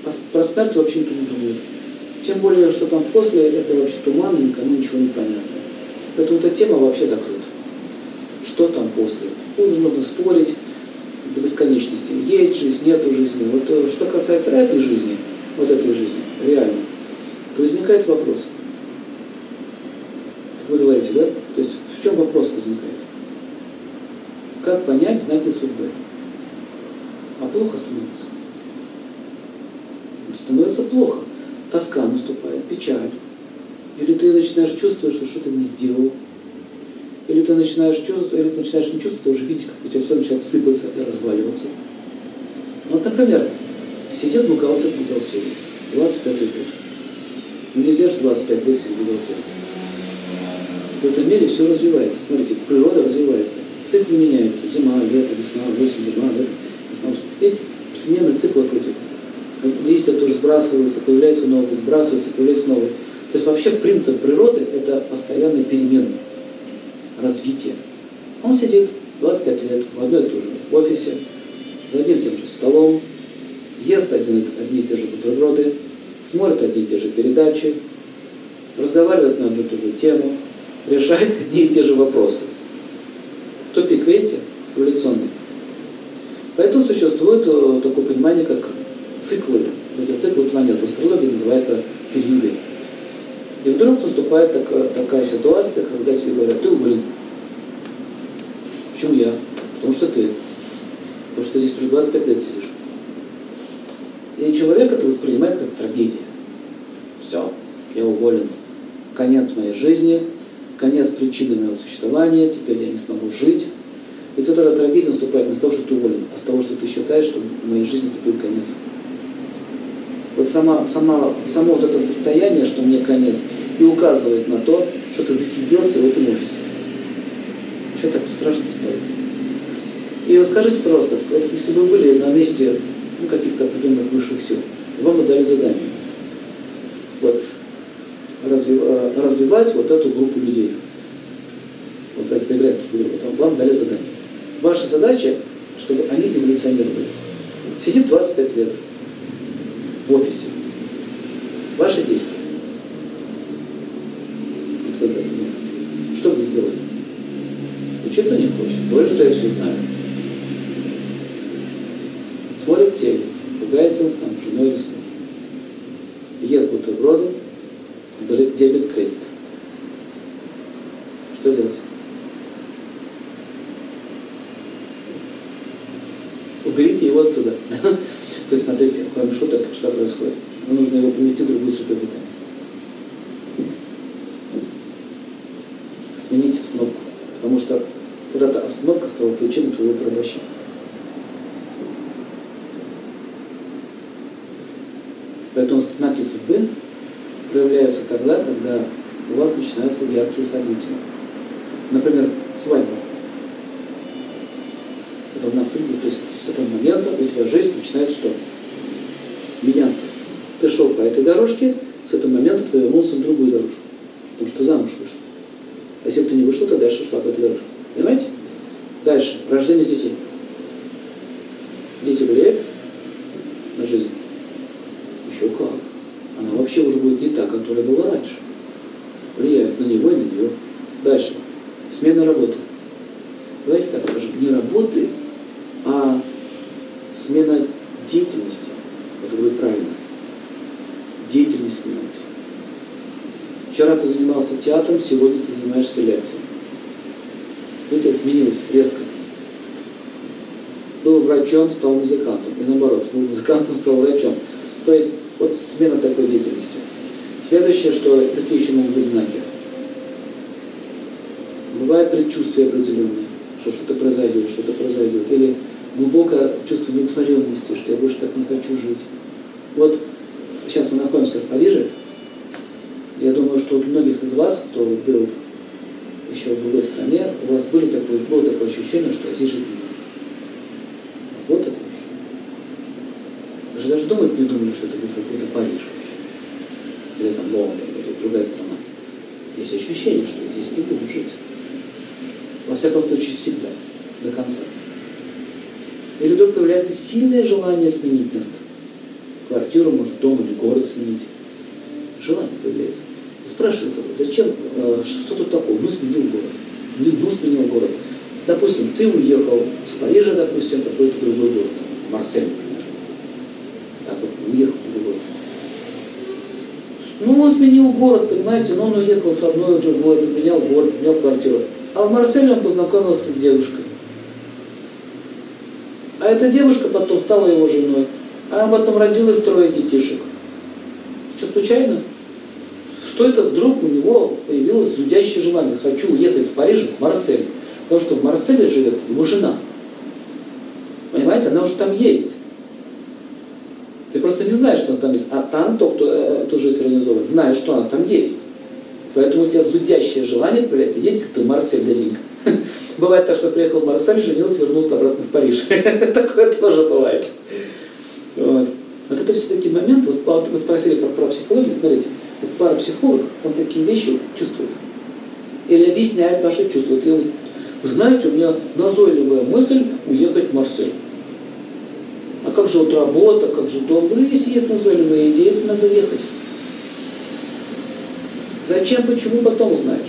про смерть вообще никто не думает. Тем более, что там после, это вообще туман, и никому ничего не понятно. Поэтому эта тема вообще закрыта. Что там после? Тут можно спорить до бесконечности. Есть жизнь, нету жизни. Вот что касается этой жизни, вот этой жизни, реально, то возникает вопрос. Вы говорите, да? То есть в чем вопрос возникает? Как понять знаки судьбы? А плохо становится. Становится плохо. Тоска наступает, печаль. Или ты начинаешь чувствовать, что что-то не сделал. Или ты начинаешь чувствовать, или ты начинаешь не чувствовать, а уже видеть, как у тебя все начинает сыпаться и разваливаться. Вот, например, сидит бухгалтер в бухгалтерии, 25-й год. Ну нельзя же 25 лет сидеть в бухгалтерии. В этом мире все развивается. Смотрите, природа развивается. Циклы меняются. Зима, лето, весна, осень, зима, лето, весна, осень. Видите, смены циклов этих. Листья тоже сбрасываются, появляются новые, сбрасываются, появляются новые. То есть вообще принцип природы – это постоянные перемены, развитие. Он сидит 25 лет в одной и той же офисе, за одним и тем же столом, ест одни и те же бутерброды, смотрит одни и те же передачи, разговаривает на одну и ту же тему, решает одни и те же вопросы. Тупик, видите, эволюционный. Поэтому существует такое понимание, как циклы. Эти циклы планет в астрологии называются периоды. И вдруг наступает такая ситуация, когда тебе говорят, ты уволен. Почему я? Потому что ты. Потому что ты здесь уже 25 лет сидишь. И человек это воспринимает как трагедию. Все, я уволен. Конец моей жизни, конец причины моего существования, теперь я не смогу жить. Ведь вот эта трагедия наступает не с того, что ты уволен, а с того, что ты считаешь, что в моей жизни наступил конец. Вот само вот это состояние, что мне конец, и указывает на то, что ты засиделся в этом офисе. Что так страшно стало? И вот скажите, пожалуйста, если бы вы были на месте каких-то определенных высших сил, вам бы дали задание. Вот, развивать вот эту группу людей. Вот давайте поиграем в эту группу. Вам дали задание. Ваша задача, чтобы они эволюционировали. Сидит 25 лет в офисе. Ваши действия. Что вы сделали? Учиться не хочет. Говорит, что я все знаю. Смотрит телек. Пугается там женой или с мужем. Ест бутерброды, дебет-кредит. Что делать? Уберите его отсюда. То есть, смотрите, кроме шуток, что происходит. Нужно его поместить в другую среду обитания. Сменить обстановку. Потому что куда-то обстановка стала причиной твоего порабощения. Поэтому знаки судьбы проявляются тогда, когда у вас начинаются яркие события. Например, свадьба. Это знак судьбы. То есть с этого момента у тебя жизнь начинает что? Меняться. Ты шел по этой дорожке, с этого момента ты вернулся на другую дорожку. Потому что замуж вышел. А если бы ты не вышел, то дальше шла по этой дорожке. Понимаете? Дальше. Рождение детей. Дети влияют на жизнь? Еще как. Она вообще уже будет не та, которая была раньше. Влияет на него и на нее. Дальше. Смена работы. Давайте так скажем. Не работы, а смена деятельности. Это будет правильно. Деятельность сменилась. Вчера ты занимался театром, сегодня ты занимаешься лекцией. Видите, сменилось резко. Был врачом, стал музыкантом. И наоборот, был музыкантом, стал врачом. То есть, вот смена такой деятельности. Следующее, какие еще могут быть знаки. Бывает предчувствие определенное, что что-то произойдет. Или глубокое чувство неудовлетворенности, что я больше так не хочу жить. Вот сейчас мы находимся в Париже. Я думаю, что у многих из вас, кто был еще в другой стране, у вас было такое ощущение, что я здесь жить не могу. Вот такое ощущение. Вы же даже думать не думали, что это будет какой-то Париж вообще. Или там Лондон, или другая страна. Есть ощущение, что я здесь не буду жить. Во всяком случае, всегда. До конца. Или вдруг появляется сильное желание сменить место. квартиру, может дом или город сменить. Желание появляется. И спрашивается, зачем, что тут такого? Ну, сменил город. Ну, сменил город. Допустим, ты уехал с Парижа, допустим, в какой-то другой город, Марсель, например. Так вот, уехал в другой город. Ну, он сменил город, понимаете, но он уехал с одной в другой, поменял город, поменял квартиру. А в Марселе он познакомился с девушкой. А эта девушка потом стала его женой. А потом родилось 3 детишек. Что, случайно? Что это вдруг у него появилось зудящее желание? Хочу уехать с Парижа в Марсель. Потому что в Марселе живет его жена. Понимаете, она уже там есть. Ты просто не знаешь, что она там есть. А там тот, кто эту жизнь реализовывает, знает, что она там есть. Поэтому у тебя зудящее желание появляется. Едь-ка ты в Марсель, дяденька. Бывает так, что приехал в Марсель, женился, вернулся обратно в Париж. Такое тоже бывает. Вот это все-таки момент, вот вы спросили про психологию, смотрите, вот парапсихолог, он такие вещи чувствует. Или объясняет ваши чувства. Вот, вы знаете, у меня назойливая мысль уехать в Марсель. А как же вот работа, как же дом? Ну, если есть назойливая идея, надо ехать. Зачем, почему, потом узнаешь.